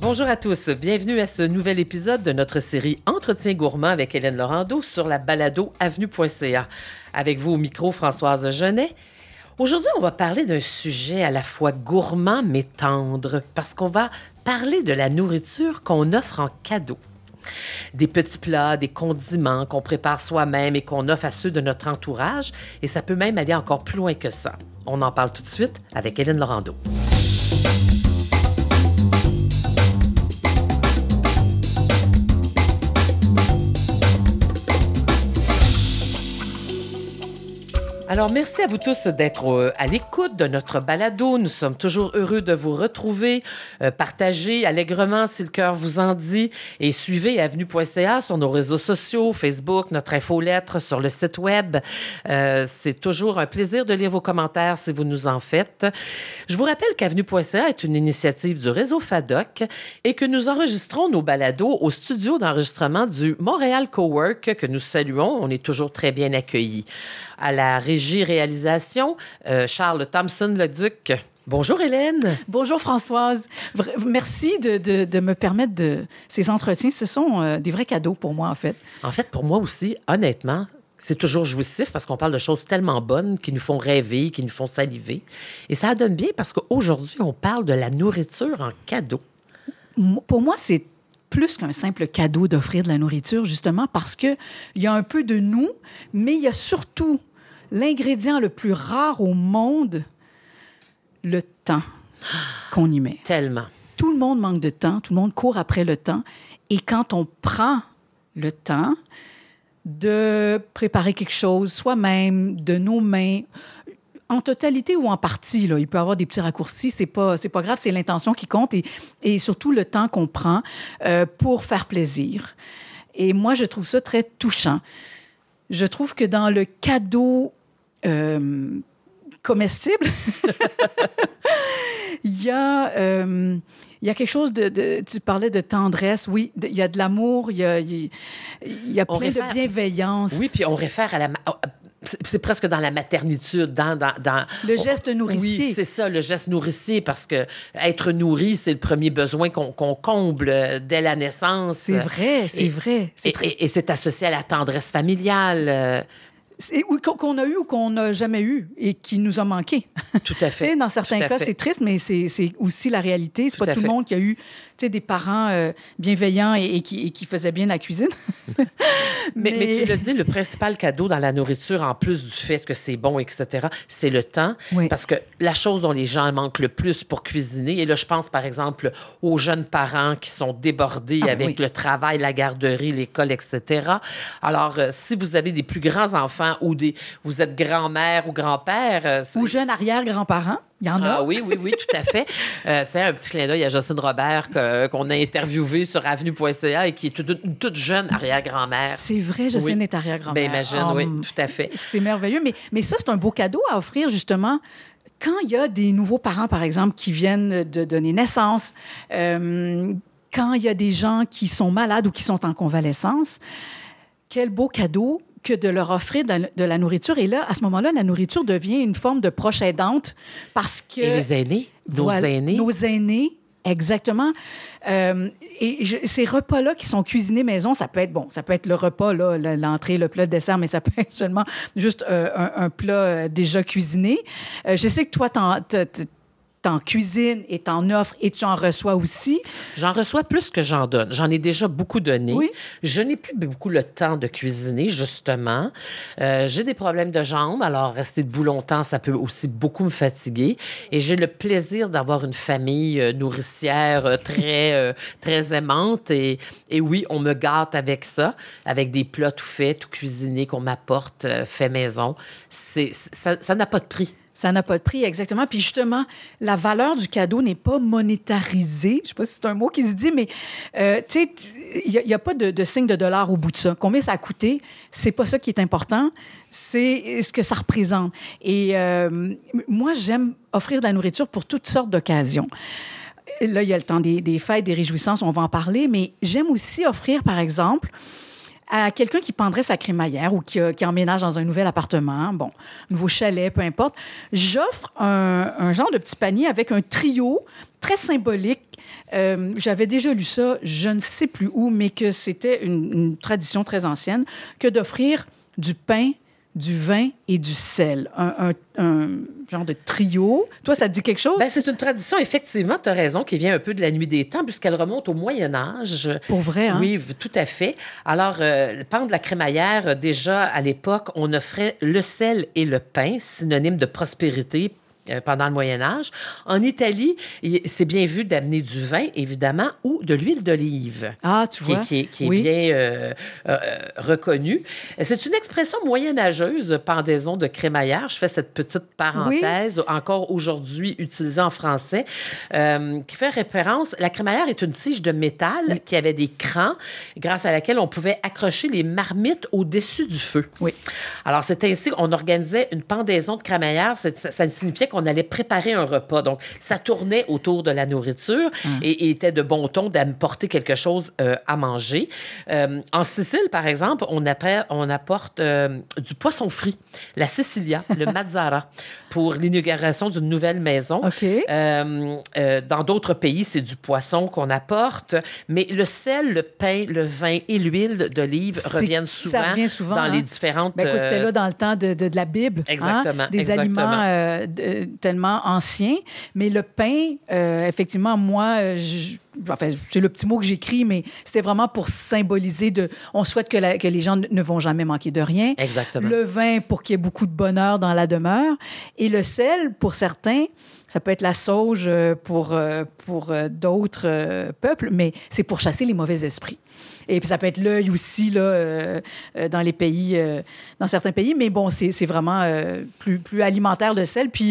Bonjour à tous, bienvenue à ce nouvel épisode de notre série Entretien gourmand avec Hélène Laurando sur la balado avenue.ca. Avec vous au micro, Françoise Genet. Aujourd'hui, on va parler d'un sujet à la fois gourmand mais tendre parce qu'on va parler de la nourriture qu'on offre en cadeau. Des petits plats, des condiments qu'on prépare soi-même et qu'on offre à ceux de notre entourage. Et ça peut même aller encore plus loin que ça. On en parle tout de suite avec Hélène Laurando. Alors, merci à vous tous d'être à l'écoute de notre balado. Nous sommes toujours heureux de vous retrouver. Partagez allègrement si le cœur vous en dit et suivez avenue.ca sur nos réseaux sociaux, Facebook, notre infolettre, sur le site web. C'est toujours un plaisir de lire vos commentaires si vous nous en faites. Je vous rappelle qu'avenue.ca est une initiative du réseau FADOC et que nous enregistrons nos balados au studio d'enregistrement du Montréal Cowork que nous saluons. On est toujours très bien accueillis. À la régie-réalisation, Charles Thompson-Leduc. Bonjour Hélène. Bonjour Françoise. Merci de me permettre ces entretiens. Ce sont des vrais cadeaux pour moi, en fait. En fait, pour moi aussi, honnêtement, c'est toujours jouissif parce qu'on parle de choses tellement bonnes qui nous font rêver, qui nous font saliver. Et ça donne bien parce qu'aujourd'hui, on parle de la nourriture en cadeau. Pour moi, c'est plus qu'un simple cadeau d'offrir de la nourriture, justement parce qu'il y a un peu de nous, mais il y a surtout l'ingrédient le plus rare au monde, le temps qu'on y met. Tellement. Tout le monde manque de temps, tout le monde court après le temps. Et quand on prend le temps de préparer quelque chose soi-même, de nos mains, en totalité ou en partie, là, il peut y avoir des petits raccourcis, c'est pas grave, c'est l'intention qui compte et surtout le temps qu'on prend pour faire plaisir. Et moi, je trouve ça très touchant. Je trouve que dans le cadeau comestible, il y a quelque chose tu parlais de tendresse, oui, il y a de l'amour, il y a plein de bienveillance. Oui, puis on réfère à c'est presque dans la maternitude, dans le geste nourricier. Oui, c'est ça, le geste nourricier, parce que être nourri, c'est le premier besoin qu'on comble dès la naissance. C'est vrai, c'est vrai. Et c'est associé à la tendresse familiale. Qu'on a eu ou qu'on n'a jamais eu et qui nous a manqué. Tout à fait. Dans certains cas, c'est triste, mais c'est aussi la réalité. C'est pas tout le monde qui a eu des parents bienveillants et qui faisaient bien la cuisine. mais tu l'as dit, le principal cadeau dans la nourriture, en plus du fait que c'est bon, etc., c'est le temps. Oui. Parce que la chose dont les gens manquent le plus pour cuisiner, et là, je pense par exemple aux jeunes parents qui sont débordés avec le travail, la garderie, l'école, etc. Alors, si vous avez des plus grands enfants ou vous êtes grand-mère ou grand-père. Ou jeune arrière-grand-parent. Il y en a. Ah oui, tout à fait. Tiens, un petit clin d'œil à Jocelyne Robert qu'on a interviewé sur avenue.ca et qui est une toute jeune arrière-grand-mère. C'est vrai, Jocelyne est arrière-grand-mère. Bien, imagine, oui, tout à fait. C'est merveilleux. Mais ça, c'est un beau cadeau à offrir, justement. Quand il y a des nouveaux parents, par exemple, qui viennent de donner naissance, quand il y a des gens qui sont malades ou qui sont en convalescence, quel beau cadeau que de leur offrir de la nourriture. Et là, à ce moment-là, la nourriture devient une forme de proche aidante parce que... Et les aînés? Nos aînés, exactement. Ces repas-là qui sont cuisinés maison, ça peut être le repas, là, l'entrée, le plat, le dessert, mais ça peut être seulement juste un plat déjà cuisiné. Je sais que toi, t'en cuisines et t'en offres et tu en reçois aussi. J'en reçois plus que j'en donne. J'en ai déjà beaucoup donné. Oui. Je n'ai plus beaucoup le temps de cuisiner, justement. J'ai des problèmes de jambes, alors rester debout longtemps, ça peut aussi beaucoup me fatiguer. Et j'ai le plaisir d'avoir une famille nourricière très, très aimante. Et oui, on me gâte avec ça, avec des plats tout faits, tout cuisinés qu'on m'apporte, fait maison. Ça n'a pas de prix. Ça n'a pas de prix, exactement. Puis justement, la valeur du cadeau n'est pas monétarisée. Je ne sais pas si c'est un mot qui se dit, mais tu sais, il n'y a pas de signe de dollar au bout de ça. Combien ça a coûté, c'est pas ça qui est important, c'est ce que ça représente. Et moi, j'aime offrir de la nourriture pour toutes sortes d'occasions. Là, il y a le temps des fêtes, des réjouissances, on va en parler, mais j'aime aussi offrir, par exemple, à quelqu'un qui prendrait sa crémaillère ou qui emménage dans un nouvel appartement, bon, nouveau chalet, peu importe, j'offre un genre de petit panier avec un trio très symbolique. J'avais déjà lu ça, je ne sais plus où, mais que c'était une tradition très ancienne, que d'offrir du pain, du vin et du sel. Un genre de trio. Toi, ça te dit quelque chose? Bien, c'est une tradition, effectivement, tu as raison, qui vient un peu de la nuit des temps, puisqu'elle remonte au Moyen Âge. Pour vrai, hein? Oui, tout à fait. Alors, pendre la crémaillère, déjà, à l'époque, on offrait le sel et le pain, synonyme de prospérité, pendant le Moyen Âge. En Italie, c'est bien vu d'amener du vin, évidemment, ou de l'huile d'olive. Ah, tu vois. Qui est bien reconnue. C'est une expression moyenâgeuse, pendaison de crémaillère. Je fais cette petite parenthèse, encore aujourd'hui utilisée en français, qui fait référence... La crémaillère est une tige de métal qui avait des crans, grâce à laquelle on pouvait accrocher les marmites au-dessus du feu. Oui. Alors, c'est ainsi qu'on organisait une pendaison de crémaillère. Ça signifiait qu'on allait préparer un repas. Donc, ça tournait autour de la nourriture et était de bon ton d'apporter quelque chose à manger. En Sicile, par exemple, on apporte du poisson frit, la Sicilia, le mazzara, pour l'inauguration d'une nouvelle maison. OK. Dans d'autres pays, c'est du poisson qu'on apporte, mais le sel, le pain, le vin et l'huile d'olive reviennent souvent, dans les différentes... Bien, c'était là dans le temps de la Bible. Exactement. Des exactement. aliments tellement anciens. Mais le pain, effectivement, moi, enfin, c'est le petit mot que j'écris, mais c'était vraiment pour symboliser on souhaite que les gens ne vont jamais manquer de rien. Exactement. Le vin pour qu'il y ait beaucoup de bonheur dans la demeure. Et le sel, pour certains, ça peut être la sauge pour d'autres peuples, mais c'est pour chasser les mauvais esprits. Et puis ça peut être l'œil aussi là, dans les pays, dans certains pays. Mais bon, c'est vraiment plus alimentaire le sel. Puis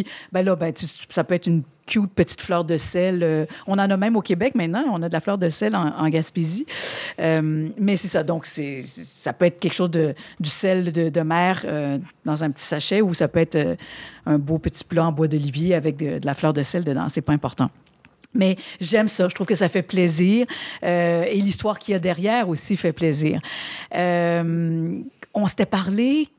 ça peut être une cute petite fleur de sel. On en a même au Québec maintenant. On a de la fleur de sel en Gaspésie. Mais c'est ça. Donc, ça peut être quelque chose du sel de mer dans un petit sachet ou ça peut être un beau petit plat en bois d'olivier avec de la fleur de sel dedans. C'est pas important. Mais j'aime ça. Je trouve que ça fait plaisir. Et l'histoire qu'il y a derrière aussi fait plaisir. On s'était parlé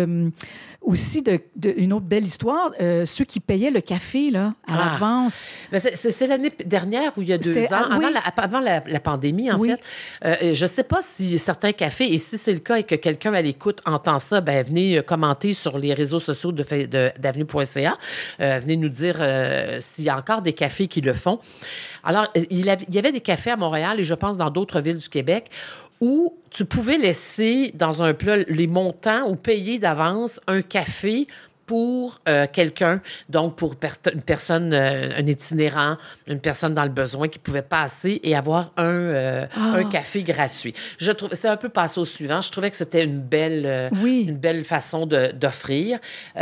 aussi d'une autre belle histoire, ceux qui payaient le café là, à l'avance. Mais c'est l'année dernière ou il y a 2 ans, avant la pandémie, en fait. Je ne sais pas si certains cafés, et si c'est le cas et que quelqu'un à l'écoute entend ça, ben venez commenter sur les réseaux sociaux d'avenue.ca. Venez nous dire s'il y a encore des cafés qui le font. Alors, il y avait des cafés à Montréal et je pense dans d'autres villes du Québec où tu pouvais laisser dans un plat les montants ou payer d'avance un café pour quelqu'un, donc pour une personne, un itinérant, une personne dans le besoin qui pouvait passer et avoir un café gratuit. Je trouve, c'est un peu passé au suivant. Je trouvais que c'était une belle façon d'offrir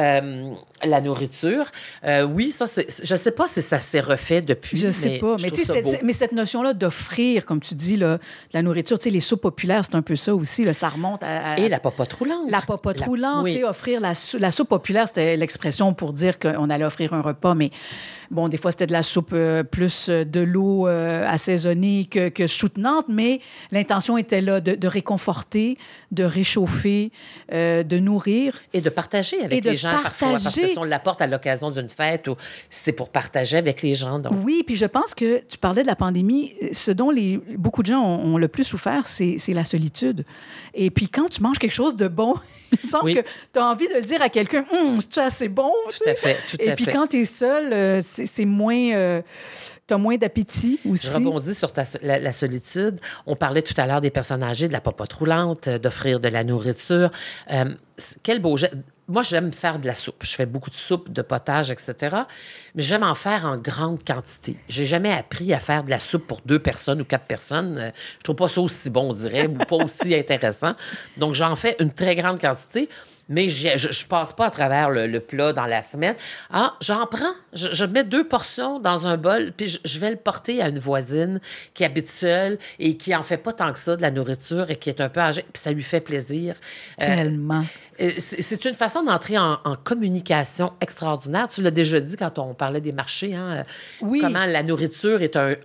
la nourriture. Oui, ça, je ne sais pas si ça s'est refait depuis. Je ne sais pas. Mais cette notion-là d'offrir, comme tu dis, là, la nourriture, tu sais, les soupes populaires, c'est un peu ça aussi. Là, ça remonte à... Et la popote roulante. La popote roulante, tu sais, offrir la soupe populaire, c'était l'expression pour dire qu'on allait offrir un repas, mais bon, des fois, c'était de la soupe plus de l'eau assaisonnée que soutenante, mais l'intention était là de réconforter, de réchauffer, de nourrir. Et de partager avec les gens parfois, parce que si on l'apporte à l'occasion d'une fête, c'est pour partager avec les gens. Donc. Oui, puis je pense que tu parlais de la pandémie, ce dont beaucoup de gens ont le plus souffert, c'est la solitude. Et puis quand tu manges quelque chose de bon, il me semble que tu as envie de le dire à quelqu'un, c'est assez bon. Tout à fait. Et puis quand tu es seul, c'est moins... tu as moins d'appétit aussi. Je rebondis sur la solitude. On parlait tout à l'heure des personnes âgées, de la popote roulante, d'offrir de la nourriture. Quel beau geste. Moi, j'aime faire de la soupe. Je fais beaucoup de soupe, de potage, etc. Mais j'aime en faire en grande quantité. J'ai jamais appris à faire de la soupe pour 2 personnes ou 4 personnes. Je trouve pas ça aussi bon, on dirait, ou pas aussi intéressant. Donc, j'en fais une très grande quantité. mais je passe pas à travers le plat dans la semaine. Ah, j'en prends. Je mets 2 portions dans un bol, puis je vais le porter à une voisine qui habite seule et qui en fait pas tant que ça de la nourriture et qui est un peu âgée, puis ça lui fait plaisir. Tellement. C'est une façon d'entrer en communication extraordinaire. Tu l'as déjà dit quand on parlait des marchés, hein? Oui. Comment la nourriture est un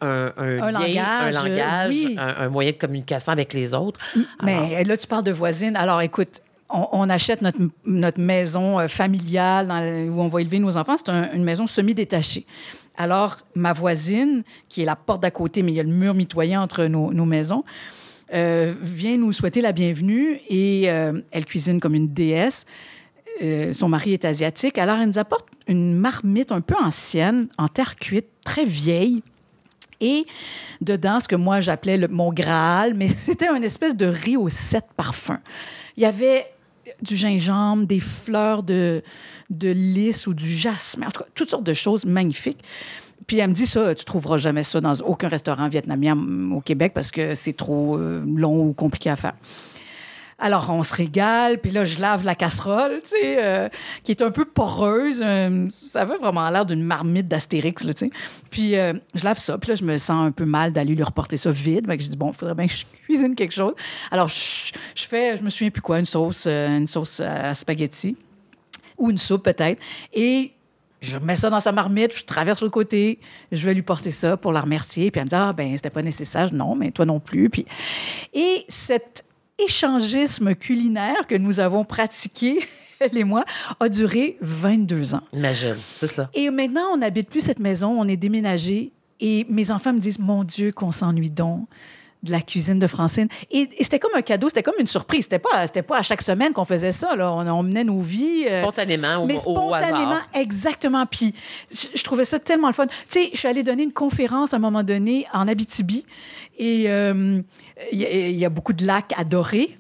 lien, langage, oui. un moyen de communication avec les autres. Mais là, tu parles de voisine. Alors, écoute, on achète notre maison familiale où on va élever nos enfants. C'est une maison semi-détachée. Alors, ma voisine, qui est la porte d'à côté, mais il y a le mur mitoyen entre nos maisons, vient nous souhaiter la bienvenue et elle cuisine comme une déesse. Son mari est asiatique. Alors, elle nous apporte une marmite un peu ancienne, en terre cuite, très vieille. Et dedans, ce que moi, j'appelais mon Graal, mais c'était une espèce de riz aux 7 parfums. Il y avait du gingembre, des fleurs de lys ou du jasmin, en tout cas, toutes sortes de choses magnifiques. Puis elle me dit ça, tu trouveras jamais ça dans aucun restaurant vietnamien au Québec parce que c'est trop long ou compliqué à faire. Alors, on se régale, puis là, je lave la casserole, tu sais, qui est un peu poreuse. Ça avait vraiment l'air d'une marmite d'Astérix, là, tu sais. Puis, je lave ça, puis là, je me sens un peu mal d'aller lui reporter ça vide. Fait que je dis, bon, il faudrait bien que je cuisine quelque chose. Alors, je me souviens plus quoi, une sauce à spaghetti ou une soupe, peut-être. Et je mets ça dans sa marmite, je traverse l'autre côté, je vais lui porter ça pour la remercier. Puis elle me dit, ah, ben c'était pas nécessaire. Non, mais toi non plus. Puis... Et cet échangisme culinaire que nous avons pratiqué, elle et moi, a duré 22 ans. Imagine, c'est ça. Et maintenant, on n'habite plus cette maison, on est déménagé. Et mes enfants me disent, mon Dieu, qu'on s'ennuie donc de la cuisine de Francine. Et c'était comme un cadeau, c'était comme une surprise. C'était pas à chaque semaine qu'on faisait ça. Là. On menait nos vies. Spontanément, mais au hasard. Exactement. Puis je trouvais ça tellement le fun. Tu sais, je suis allée donner une conférence à un moment donné en Abitibi. Et il y a beaucoup de lacs à dorer.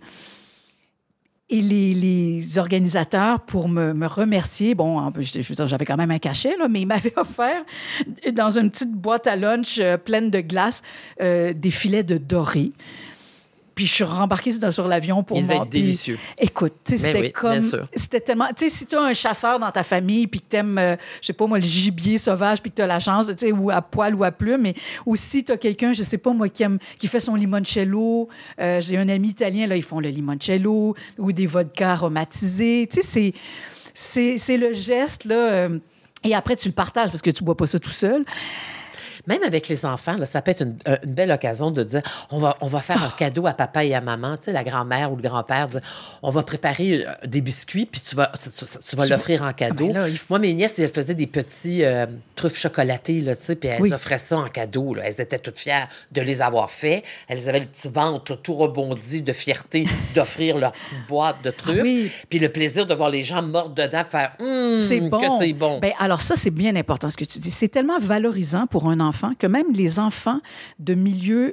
Et les organisateurs, pour me remercier, bon, je veux dire, j'avais quand même un cachet, là, mais ils m'avaient offert, dans une petite boîte à lunch pleine de glace, des filets de doré. Puis je suis rembarquée sur l'avion pour Il devait être délicieux. Écoute, tu sais, c'était oui, comme... C'était tellement... Tu sais, si tu as un chasseur dans ta famille puis que tu aimes, je sais pas moi, le gibier sauvage puis que tu as la chance, tu sais, ou à poil ou à plume, mais aussi tu as quelqu'un, je sais pas moi, qui fait son limoncello. J'ai un ami italien, là, ils font le limoncello ou des vodkas aromatisés. Tu sais, c'est le geste, là... et après, tu le partages parce que tu bois pas ça tout seul. Même avec les enfants, là, ça peut être une belle occasion de dire on va faire un cadeau à papa et à maman. Tu sais, la grand-mère ou le grand-père dit on va préparer des biscuits, puis tu vas l'offrir en cadeau. Ah ben là, Moi, mes nièces, elles faisaient des petits truffes chocolatées, là, tu sais, puis elles offraient ça en cadeau. Là. Elles étaient toutes fières de les avoir faits. Elles avaient le petit ventre tout rebondi de fierté d'offrir leur petite boîte de truffes. Oui. Puis le plaisir de voir les gens mordre dedans, faire c'est bon. Que c'est bon. Ben, alors ça, c'est bien important ce que tu dis. C'est tellement valorisant pour un enfant que même les enfants de milieux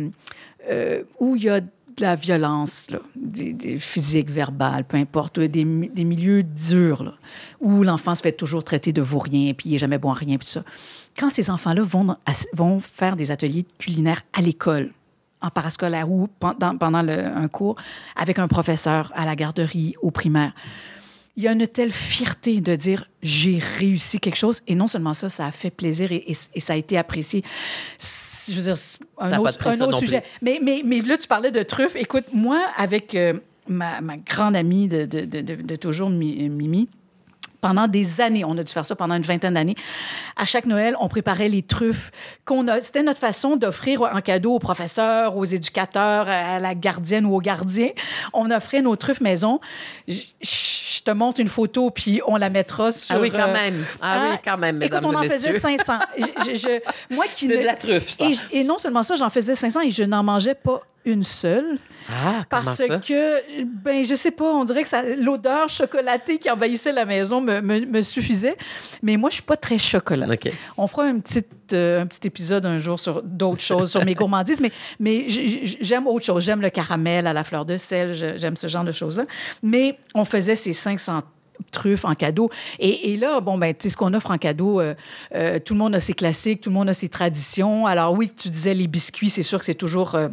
où il y a de la violence, là, des physiques, verbales, peu importe, des milieux durs, là, où l'enfant se fait toujours traiter de vaurien, puis il n'est jamais bon à rien, puis ça. Quand ces enfants-là vont faire des ateliers culinaires à l'école, en parascolaire ou pendant un cours, avec un professeur à la garderie, au primaire, il y a une telle fierté de dire « j'ai réussi quelque chose ». Et non seulement ça, ça a fait plaisir et ça a été apprécié. Je veux dire, un autre sujet. Mais là, tu parlais de truffes. Écoute, moi, avec ma grande amie de toujours, Mimi, pendant des années, on a dû faire ça pendant une vingtaine d'années. À chaque Noël, on préparait les truffes c'était notre façon d'offrir en cadeau aux professeurs, aux éducateurs, à la gardienne ou au gardien. On offrait nos truffes maison. Je te montre une photo, puis on la mettra sur... Ah oui, quand même. Oui, quand même, mesdames et messieurs. Écoute, on en faisait 500. C'est de la truffe, ça. Et non seulement ça, j'en faisais 500 et je n'en mangeais pas une seule. Ah, comment ça? Parce que, ben, je sais pas, on dirait que l'odeur chocolatée qui envahissait la maison me suffisait. Mais moi, je suis pas très chocolat. Okay. On fera un petit épisode un jour sur d'autres choses, sur mes gourmandises, mais j'aime autre chose. J'aime le caramel à la fleur de sel, j'aime ce genre de choses-là. Mais on faisait ces 500 truffes en cadeau. Et là, bon, ben, tu sais, ce qu'on offre en cadeau, tout le monde a ses classiques, tout le monde a ses traditions. Alors oui, tu disais les biscuits, c'est sûr que c'est toujours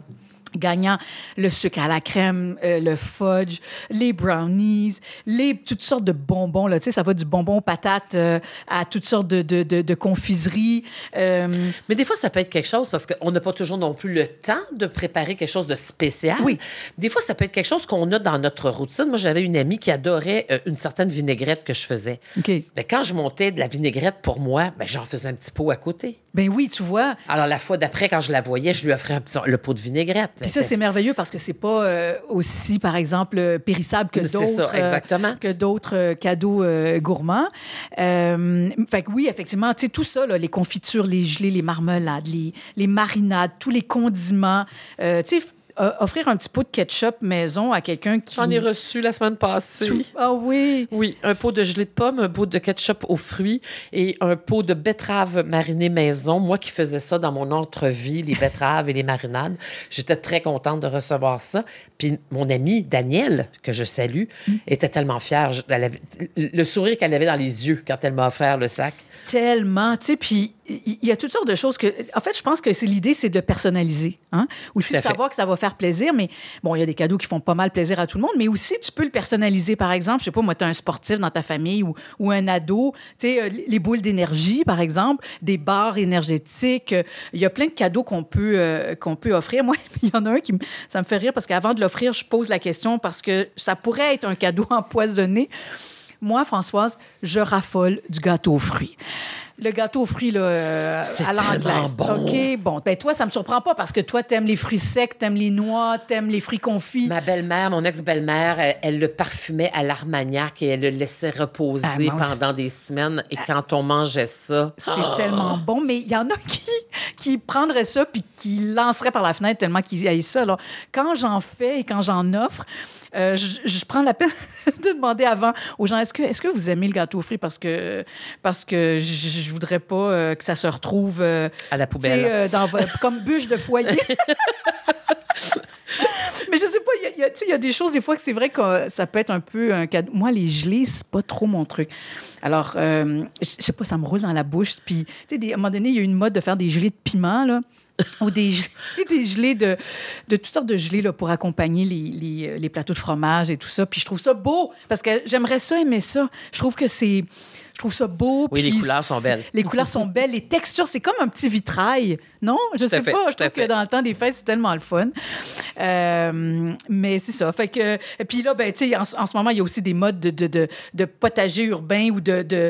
gagnant le sucre à la crème, le fudge, les brownies, toutes sortes de bonbons. Là, tu sais, ça va du bonbon aux patates à toutes sortes de confiseries. Mais des fois, ça peut être quelque chose, parce qu'on n'a pas toujours non plus le temps de préparer quelque chose de spécial. Oui. Des fois, ça peut être quelque chose qu'on a dans notre routine. Moi, j'avais une amie qui adorait une certaine vinaigrette que je faisais. OK. Ben, quand je montais de la vinaigrette pour moi, ben, j'en faisais un petit pot à côté. Ben oui, tu vois. Alors, la fois d'après, quand je la voyais, je lui offrais le pot de vinaigrette. Puis ça, c'est merveilleux parce que c'est pas aussi, par exemple, périssable que d'autres. C'est ça, exactement. Que d'autres cadeaux gourmands. Fait que oui, effectivement, tu sais, tout ça, là, les confitures, les gelées, les marmelades, les marinades, tous les condiments, tu sais, offrir un petit pot de ketchup maison à quelqu'un qui... J'en ai reçu la semaine passée. Ah oui? Oui, un pot de gelée de pomme, un pot de ketchup aux fruits et un pot de betteraves marinées maison. Moi qui faisais ça dans mon autre vie, les betteraves et les marinades, j'étais très contente de recevoir ça. Puis mon amie Danielle, que je salue, était tellement fière. Le sourire qu'elle avait dans les yeux quand elle m'a offert le sac. Tellement, tu sais, puis il y a toutes sortes de choses que... En fait, je pense que l'idée, c'est de personnaliser, hein? Aussi de savoir que ça va faire plaisir, mais bon, il y a des cadeaux qui font pas mal plaisir à tout le monde, mais aussi, tu peux le personnaliser. Par exemple, je sais pas, moi, tu as un sportif dans ta famille ou un ado, tu sais, les boules d'énergie, par exemple, des barres énergétiques. Il y a plein de cadeaux qu'on peut offrir. Moi, il y en a un ça me fait rire parce qu'avant de l'offrir, je pose la question parce que ça pourrait être un cadeau empoisonné. Moi, Françoise, je raffole du gâteau aux fruits. Le gâteau aux fruits, là, à l'anglaise. Bon. OK, bon. Ben, toi, ça me surprend pas parce que toi, t'aimes les fruits secs, t'aimes les noix, t'aimes les fruits confits. Ma belle-mère, mon ex-belle-mère, elle le parfumait à l'armagnac et elle le laissait reposer pendant des semaines. Et quand on mangeait ça... C'est tellement bon. Mais il y en a qui prendraient ça puis qui lanceraient par la fenêtre tellement qu'ils haïssent ça. Alors, quand j'en fais et quand j'en offre... je prends la peine de demander avant aux gens, est-ce que vous aimez le gâteau aux fruits parce que je voudrais pas que ça se retrouve à la poubelle comme bûche de foyer. Mais je sais pas, il y a des choses des fois que c'est vrai que ça peut être un peu un cadeau. Moi, les gelées, c'est pas trop mon truc. Alors, je sais pas, ça me roule dans la bouche. Puis, tu sais, à un moment donné, il y a eu une mode de faire des gelées de piment, là. Ou des gelées de toutes sortes de gelées là, pour accompagner les plateaux de fromage et tout ça. Puis je trouve ça beau parce que j'aimerais ça, aimer ça. Je trouve ça beau. Oui, les couleurs sont belles. Les couleurs sont belles. Les textures, c'est comme un petit vitrail. Non? Je sais pas. Je trouve que dans le temps des fêtes, c'est tellement le fun. Mais c'est ça. Fait que... Et puis là, ben, tu sais, en ce moment, il y a aussi des modes de potager urbain ou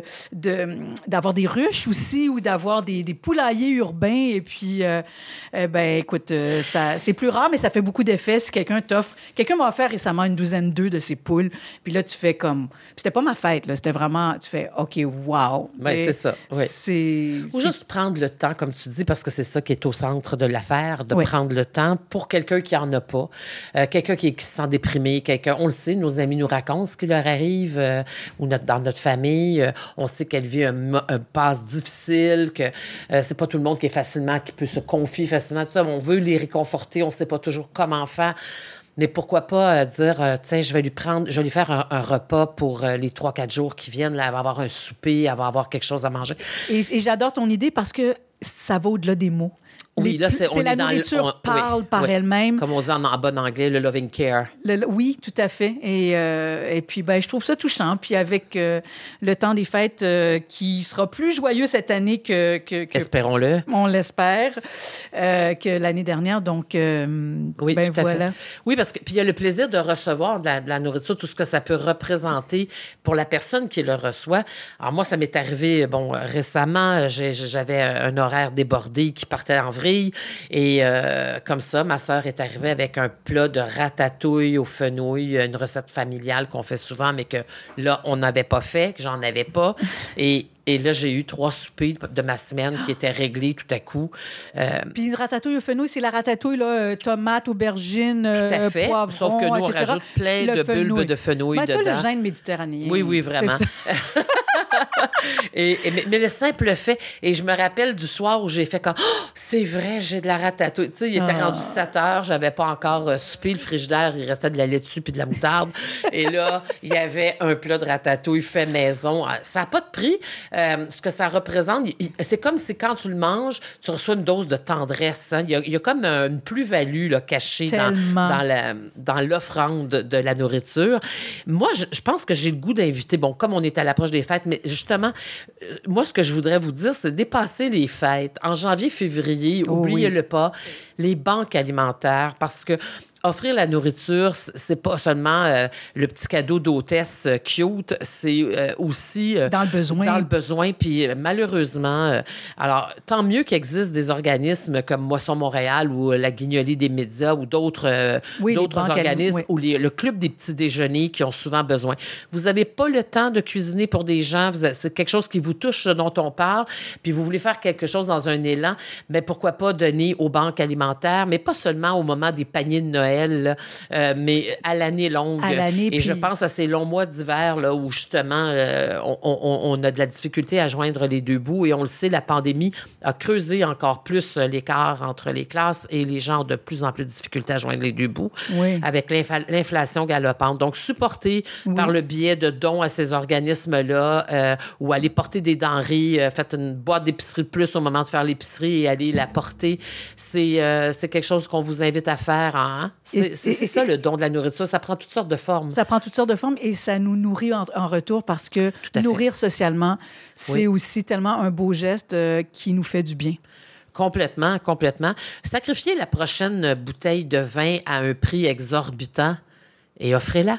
d'avoir des ruches aussi ou d'avoir des poulaillers urbains. Et puis, ben, écoute, c'est plus rare, mais ça fait beaucoup d'effet si quelqu'un t'offre... Quelqu'un m'a offert récemment une douzaine d'œufs de ces poules. Puis là, tu fais comme... Puis c'était pas ma fête, là. C'était vraiment... Tu fais, OK, wow. Ben, c'est ça, oui. Ou juste prendre le temps, comme tu dis, parce que c'est ça qui est au centre de l'affaire, de prendre le temps pour quelqu'un qui en a pas, quelqu'un qui se sent déprimé, on le sait, nos amis nous racontent ce qui leur arrive, ou dans notre famille, on sait qu'elle vit un passe difficile, que c'est pas tout le monde qui peut se confier facilement, tout ça. On veut les réconforter, on sait pas toujours comment faire. Mais pourquoi pas dire, tiens, je vais lui faire un repas pour les 3-4 jours qui viennent. Là, elle va avoir un souper, elle va avoir quelque chose à manger. Et j'adore ton idée parce que ça va au-delà des mots. Oui, là, on la est dans nourriture parle par elle-même. Comme on dit en bon anglais, le loving care. Oui, tout à fait. Et puis, ben, je trouve ça touchant. Puis avec le temps des fêtes qui sera plus joyeux cette année que espérons-le. On l'espère, que l'année dernière. Donc, oui, ben tout à voilà. fait. Oui, parce que puis il y a le plaisir de recevoir de la nourriture, tout ce que ça peut représenter pour la personne qui le reçoit. Alors moi, ça m'est arrivé, récemment, j'avais un horaire débordé qui partait en vrille. Et comme ça, ma sœur est arrivée avec un plat de ratatouille aux fenouil, une recette familiale qu'on fait souvent, mais que là, on n'avait pas fait, que j'en avais pas. Et là, j'ai eu 3 soupers de ma semaine qui étaient réglés tout à coup. Puis une ratatouille au fenouil, c'est la ratatouille, là, tomate, aubergine, tout à fait. poivron, sauf que nous, on rajoute plein de bulbes de fenouil dedans. Toi, le gène méditerranéen. Oui, vraiment. Mais le simple fait, et je me rappelle du soir où j'ai fait comme, oh, c'est vrai, j'ai de la ratatouille. Tu sais, il était rendu 7 heures, j'avais pas encore soupé le frigidaire, il restait de la laitue puis de la moutarde. Et là, il y avait un plat de ratatouille fait maison. Ça n'a pas de prix. Ce que ça représente, c'est comme si quand tu le manges, tu reçois une dose de tendresse. Hein. Il y a comme une plus-value là, cachée dans l'offrande de la nourriture. Moi, je pense que j'ai le goût d'inviter, bon, comme on est à l'approche des fêtes, mais justement, moi, ce que je voudrais vous dire, c'est dépasser les fêtes. En janvier, février, oubliez-le pas, les banques alimentaires, parce que offrir la nourriture, c'est pas seulement le petit cadeau d'hôtesse cute, c'est aussi... dans le besoin. Dans le besoin, puis malheureusement... alors, tant mieux qu'il existe des organismes comme Moisson Montréal ou la Guignolée des médias ou d'autres organismes ou le Club des petits déjeuners qui ont souvent besoin. Vous n'avez pas le temps de cuisiner pour des gens, c'est quelque chose qui vous touche, ce dont on parle, puis vous voulez faire quelque chose dans un élan, mais pourquoi pas donner aux banques alimentaires, mais pas seulement au moment des paniers de Noël, mais à l'année longue. Et je pense à ces longs mois d'hiver là, où justement on a de la difficulté à joindre les deux bouts. Et on le sait, la pandémie a creusé encore plus l'écart entre les classes et les gens ont de plus en plus de difficulté à joindre les deux bouts avec l'inflation galopante. Donc, supporter par le biais de dons à ces organismes-là ou aller porter des denrées, faites une boîte d'épicerie de plus au moment de faire l'épicerie et aller la porter. C'est quelque chose qu'on vous invite à faire. Hein? C'est ça, le don de la nourriture. Ça prend toutes sortes de formes. Ça prend toutes sortes de formes et ça nous nourrit en retour parce que nourrir socialement, c'est aussi tellement un beau geste qui nous fait du bien. Complètement, complètement. Sacrifiez la prochaine bouteille de vin à un prix exorbitant et offrez-la.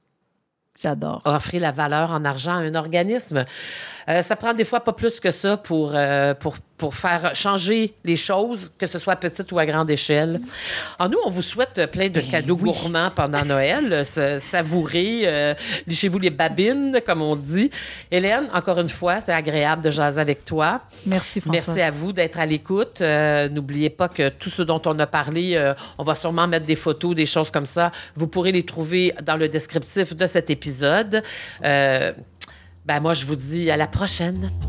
J'adore. Offrir la valeur en argent à un organisme. Ça prend des fois pas plus que ça pour faire changer les choses, que ce soit à petite ou à grande échelle. Alors nous, on vous souhaite plein de cadeaux gourmands pendant Noël. Savourez. Lichez-vous les babines, comme on dit. Hélène, encore une fois, c'est agréable de jaser avec toi. Merci, Françoise. Merci à vous d'être à l'écoute. N'oubliez pas que tout ce dont on a parlé, on va sûrement mettre des photos, des choses comme ça. Vous pourrez les trouver dans le descriptif de cet épisode. Moi, je vous dis à la prochaine.